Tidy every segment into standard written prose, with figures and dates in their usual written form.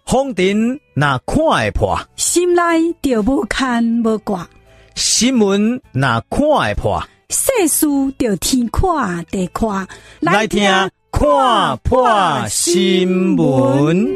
风尘若看会破， 心内就无牵无挂； 新闻若看会破， 世事就天看地看。 来听看破新闻。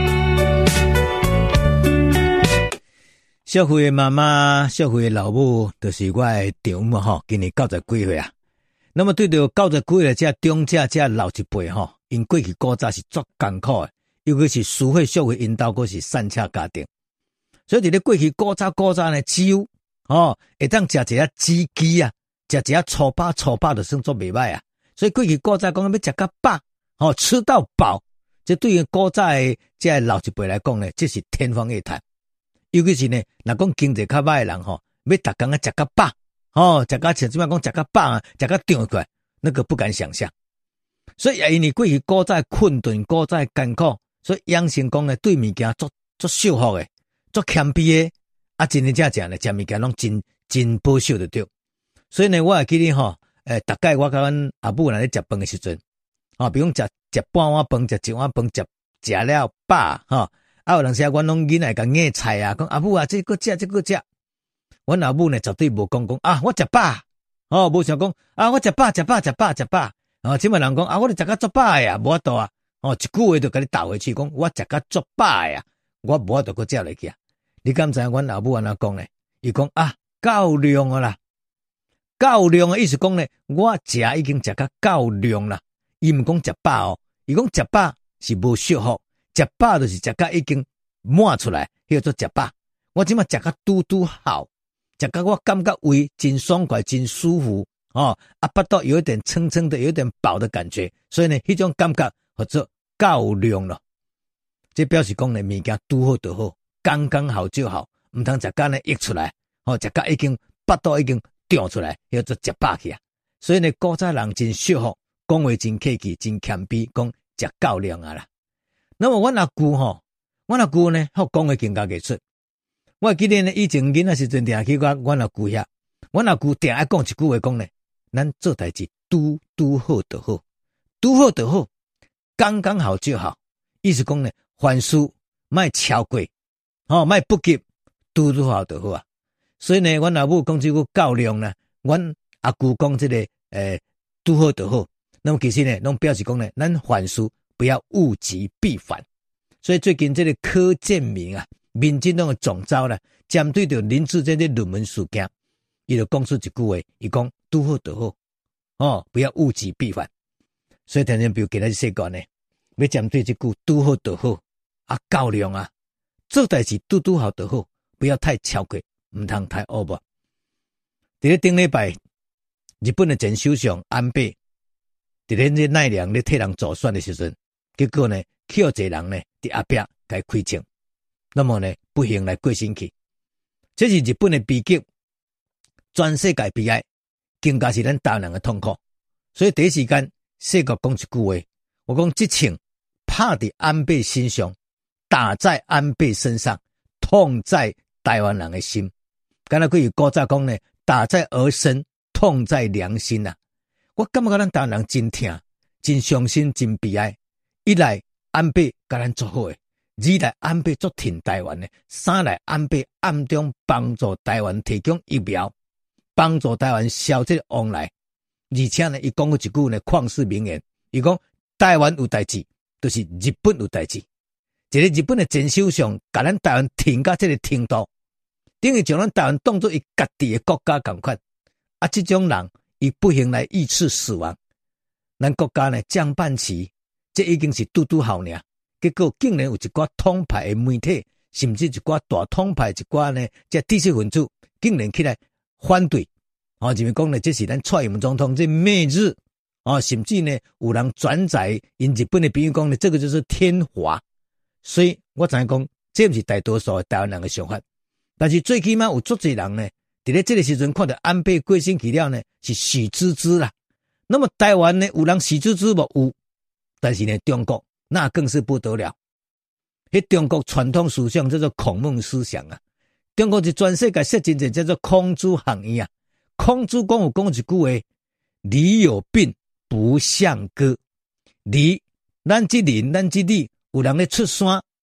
社会的妈妈、社会的老母，就是我的丈母吼，今年90几岁啊。那么对着90几岁这长者、这老一辈吼，因过去古早是足艰苦的。尤其是社会因兜阁是散车家庭，所以伫咧过去古早呢，只有会当食一下鸡鸡啊，食一下粗饱就算做袂歹啊。所以过去古早讲要食到饱，吃到饱，这对于古早的这老一辈来讲呢，这是天方夜谭。尤其是呢，若讲经济较歹的人要逐工啊食到饱，食到像即摆讲食到饱啊，食到胀过来，那个不敢想象。所以也因为过去古早困顿，古早艰苦。所以养成讲呢，对物件做守护的，做谦卑的，啊，真正呢，食物件拢真保守得着。所以呢，我会记得大概我甲阮阿母若咧食饭的时阵，比如食半碗饭，食一碗饭，食了饱，有当时阮拢囡仔甲硬菜啊，讲阿母啊，这个食。阮阿母呢，绝对无讲啊，我食饱，无想讲啊，我食饱。即摆人讲啊，我著食甲足饱呀，无法度啊。一句话就甲你倒回去，讲我食甲足饱呀，我无法度搁食落去啊！你敢知阮老母安怎讲呢？伊讲啊，够量啊啦，够量的意思讲呢，我食已经食甲够量啦。伊毋讲食饱哦，伊讲食饱是无适合，食饱就是食甲已经满出来，叫做食饱。我即马食甲拄好，食甲我感觉胃真爽快，真舒服腹肚有一点撑撑的，有一点饱的感觉，所以呢，迄种感觉。或者够量了，这表示讲呢，物件拄好就好，刚刚好就好，唔通食甲呢溢出来，食甲已经腹肚已经胀出来，叫做食饱去啊。所以呢，古早人真惜福，讲话真客气，真谦卑，讲食够量啊啦。那么阮阿舅呢，好讲话更加杰出。我记得呢，以前囡仔时阵定去阮阿舅遐，阮阿舅定爱讲一句话讲呢，咱做代志拄好就好，拄好就好。刚刚好就好，意思讲呢，凡事莫超过，莫不及，拄好就好啊。所以呢，阮阿母讲这个够量呢，阮阿舅讲这个拄好就好。那么其实呢，拢表示讲呢，咱凡事不要物极必反。所以最近这个柯建铭啊，民进党的总召呢，针对着林志坚的论文事件，伊就讲出一句话，伊讲拄好就好，不要物极必反。所以听众朋友今日说讲呢，要针对这句拄好就好啊，够量啊，做代志拄好就好，不要太超过，唔通太 over。伫咧顶礼拜，日本的前首相安倍，伫咧这奈良咧替人助选的时阵，结果呢，去有一个人呢伫后壁甲开枪，那么呢不幸来过身去。这是日本的悲剧，全世界悲哀，更加是咱台湾人的痛苦。所以第一时间。世界讲一句话，我讲这枪拍在安倍身上，打在安倍身上，痛在台湾人的心。刚才过去古早讲呢，打在儿身，痛在良心啊。我感觉咱台湾人真痛，真伤心，真悲哀。一来安倍甲咱做好诶，二来安倍做挺台湾诶，三来安倍暗中帮助台湾提供疫苗，帮助台湾消这个往来。而且呢，伊讲过一句呢旷世名言，伊讲台湾有代志，就是日本有代志。一个日本的前首相，甲咱台湾挺到这个程度，等于将咱台湾当作伊家己的国家共款。啊，这种人，伊不幸来遇刺死亡，咱国家呢降半旗，这已经是拄好呢。结果竟然有一寡统派的媒体，甚至一寡大统派，一寡呢这知识分子，竟然起来反对。因为讲呢，这是咱蔡英文总统这媚日甚至呢有人转载因日本的朋友讲呢，这个就是天华。所以我知影讲，这不是大多数的台湾人的想法，但是最起码有足侪人呢，伫咧这个时阵看到安倍过身去了呢，是喜滋滋啦。那么台湾呢，有人喜滋滋无有，但是呢，中国那更是不得了。迄中国传统思想叫做孔孟思想啊，中国是全世界设真正叫做孔子学院啊。孔子讲有讲一句话：礼有病，不相割。礼，咱这礼，有人咧出山，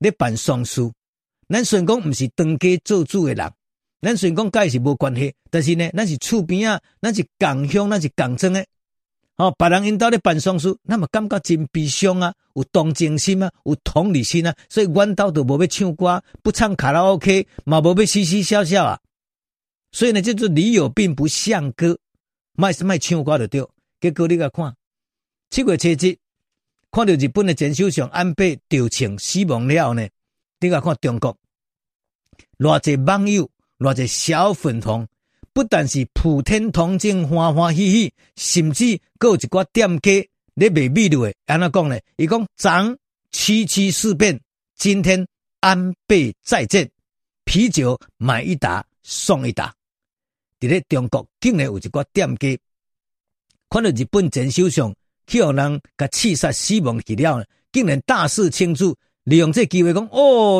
咧办丧事，咱虽然讲毋是当家做主的人，咱虽然讲甲伊是无关系，但是呢，咱是厝边啊，咱是共乡，咱是共庄的。别人因兜咧办丧事，咱嘛感觉真悲伤啊，有同情心啊，有同理心啊，所以阮兜都无要唱歌，不唱卡拉 OK， 嘛无要嘻嘻笑笑啊。所以呢，这就理有病不像歌，卖唱歌就对。结果你甲看，7月7日，看到日本的前首相安倍吊庆死亡了呢，你甲看中国，偌济网友，偌济小粉红。不但是普天同庆欢欢喜喜，甚至还有一寡店家咧卖米露的，安怎讲呢？伊讲涨77事变，今天安倍再见，啤酒买一打送一打。伫咧中国竟然有一寡店家，看到日本前首相去互人甲刺杀死亡去了，竟然大肆庆祝，利用这机会讲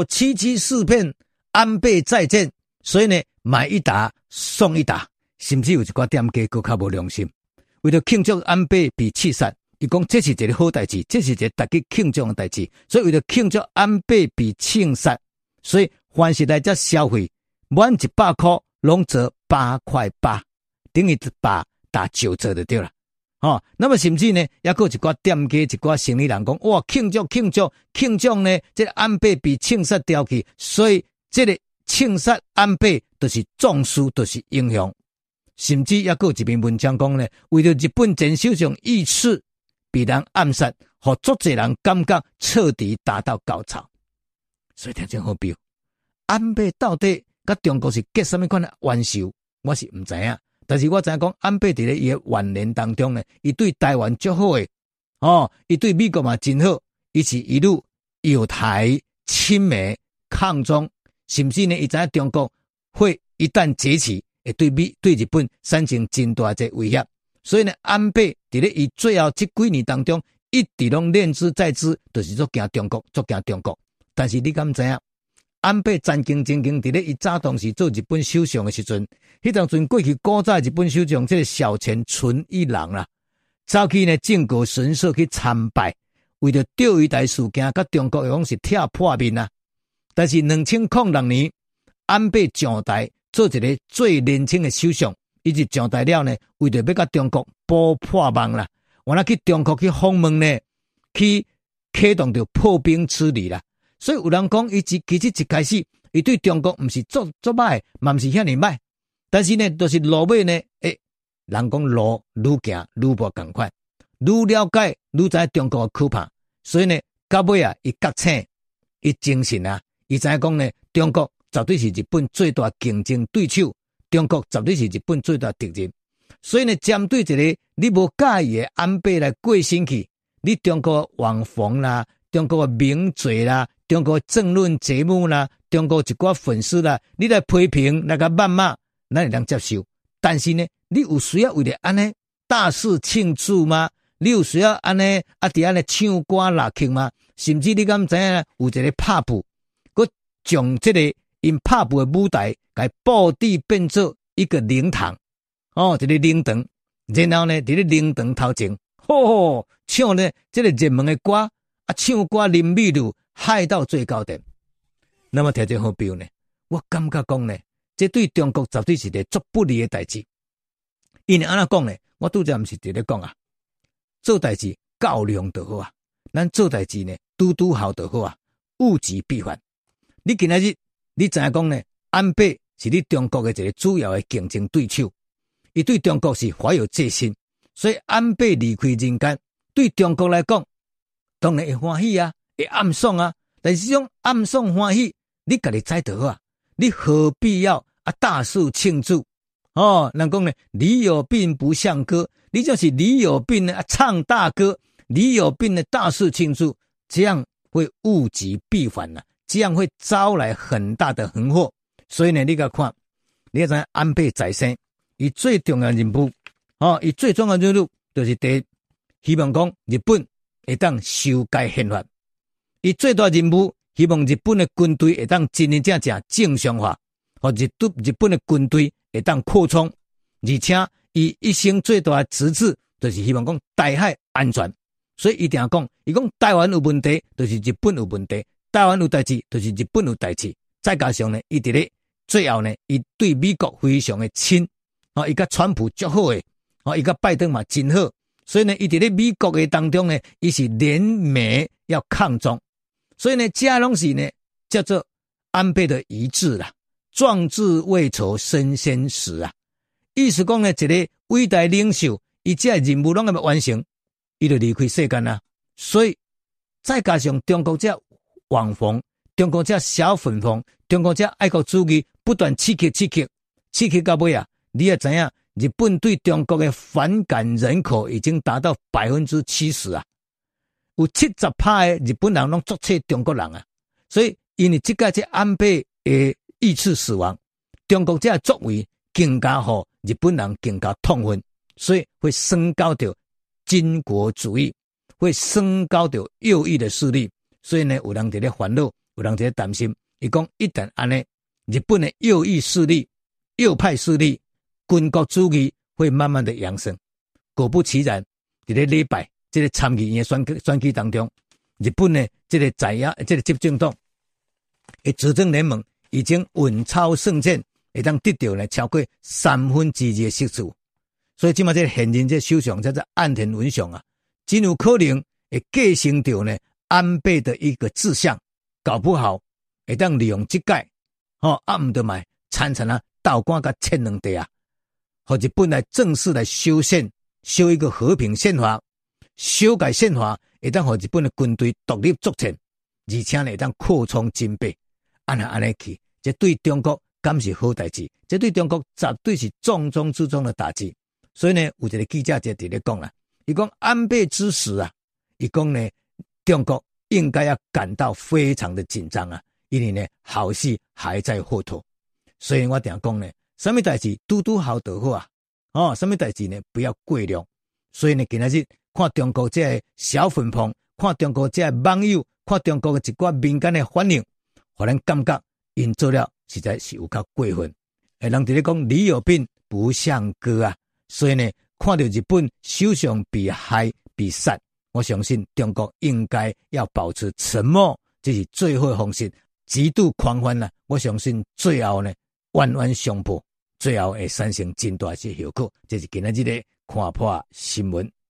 77事变，安倍再见。所以呢，买一打送一打，甚至有一寡店家更较无良心，为了庆祝安倍被刺杀，伊讲这是一个好代志，这是一个大家庆祝的代志，所以为了庆祝安倍被刺杀，所以凡是来这消费满100块，拢折8块8，等于8打9折就对了。那么甚至呢，也有一寡店家、一寡生意人讲，哇，庆祝呢，这个安倍被刺杀掉去，所以这个庆杀安倍就是壮士，就是英雄。甚至也有一篇文章讲呢，为了日本前首相遇刺被人暗杀，互足侪人感觉彻底达到高潮。所以听真好比，安倍到底甲中国是结什么款的冤仇，我是唔知影。但是我知影讲，安倍伫咧伊的晚年当中呢，伊对台湾足好诶，伊对美国嘛真好，伊是一路友台亲美抗中。甚至呢，伊知影中国会一旦崛起，会对日本产生真大的威胁。所以呢，安倍伫咧伊最后这几年当中，一直拢念之在之，就是做惊中国，做惊中国。但是你敢知影，安倍战兢兢兢伫咧伊早当时做日本首相的时阵，迄当阵过去古早日本首相这个小泉纯一郎啦，走去呢靖国神社去参拜，为了钓鱼台事件，甲中国讲是拆破面啊。但是2006年，安倍上台做一个最年轻的首相，伊就上台了呢，为着要甲中国补破网啦，完了去中国去访问呢，去启动着破冰之旅啦。所以有人讲，伊其实一开始，伊对中国毋是做歹，嘛毋是遐尼歹，但是呢，就是路尾呢，人讲路愈行愈无共款，愈了解愈知中国的可怕，所以呢，到尾啊，伊觉醒，伊精神啊。伊知影讲呢，中国绝对是日本最大竞争对手，中国绝对是日本最大敌人。所以呢，针对一个你无介意的安倍来过身去，你中国网红啦，中国的名嘴啦，中国的政论节目啦，中国一寡粉丝啦，你来批评来个谩骂，咱会能接受。但是呢，你有需要为了安尼大肆庆祝吗？你有需要安尼伫安尼唱歌拉曲吗？甚至你敢知影有一个拍布？将这个因拍布的舞台，给布置变做一个灵堂，一个灵堂，然后呢，伫咧灵堂头前，唱呢这个热门的歌，唱歌啉米露，嗨到最高点。那么条件好标呢？我感觉讲呢，这对中国绝对是一个足不利的代志。因为安怎讲呢？我拄则毋是伫咧讲啊，做代志较量就好啊，咱做代志呢，拄好就好啊，物极必反。你今仔日，你知影讲呢？安倍是你中国的一个主要的竞争对手，伊对中国是怀有戒心，所以安倍离开人间，对中国来讲，当然会欢喜啊，会暗爽啊。但是这种暗爽欢喜，你家己知就好啊，你何必要大肆庆祝？人讲呢，李有病不像歌，你就是李有病呢唱大歌，李有病的大肆庆祝，这样会物极必反啊。这样会招来很大的横祸，所以呢，你看，你要知安倍在生，伊最重要的任务，伊最重要的任务就是希望讲日本会当修改宪法，伊最大任务希望日本的军队会当真真正正正常化，日本的军队会当扩充，而且伊一生最大的职责就是希望讲台海安全，所以一定要讲，伊讲台湾有问题，就是日本有问题。 台湾有代志，就是日本有代志。再加上呢，伊伫咧最后呢，伊对美国非常的亲，伊甲川普足好诶，伊甲拜登嘛真好。所以呢，伊伫咧美国的当中呢，伊是联美要抗中。所以呢，这拢是呢叫做安倍的遗志啦，壮志未酬身先死啊。意思讲呢，一个伟大领袖，伊这任务拢还没完成，伊就离开世间啦。所以再加上中国这网红，中国这小粉红，中国这爱国主义不断刺激到尾啊！你也知影，日本对中国的反感人口已经达到70%啊！有70%的日本人拢作册中国人啊！所以因为这个安倍的遇刺死亡，中国这作为更加好，日本人更加痛恨，所以会升高到军国主义，会升高到右翼的势力。所以呢，有人在咧烦恼，有人在咧担心。伊讲一旦安尼，日本的右翼势力、右派势力、军国主义会慢慢的扬升。果不其然，在咧礼拜，这个参议院的选举当中，日本的这个在野、这个执政党的执政联盟已经稳操胜券，会当得到呢超过2/3的席次。所以今嘛这个现任这首相叫做岸田文雄啊，真有可能会继承到呢安倍的一个志向，搞不好会当利用这届，唔得买参啊倒官甲切两地啊，和日本来正式来修宪，修一个和平宪法，修改宪法会当和日本的军队独立作战，而且呢会当扩充军备，安尼去，这对中国敢是好代志？这对中国绝对是重中之重的打击。所以呢，有一个记者就伫咧讲啦，伊讲安倍之死啊，伊讲呢，中国应该要感到非常的紧张啊，因为呢，好戏还在后头。所以我定讲呢，什么代志嘟嘟好就好啊，什么代志呢不要过量。所以呢，今仔日看中国这个小粉红，看中国这个网友，看中国的一寡民间的反应，互咱感觉因做了实在是有够过分。人伫咧讲李有病不像哥啊。所以呢，看到日本首相被害被杀，我相信中国应该要保持沉默，这是最好的方式。极度狂欢啦，我相信最后呢，冤冤相报，最后会产生真大些效果。这是今仔日的看破新闻。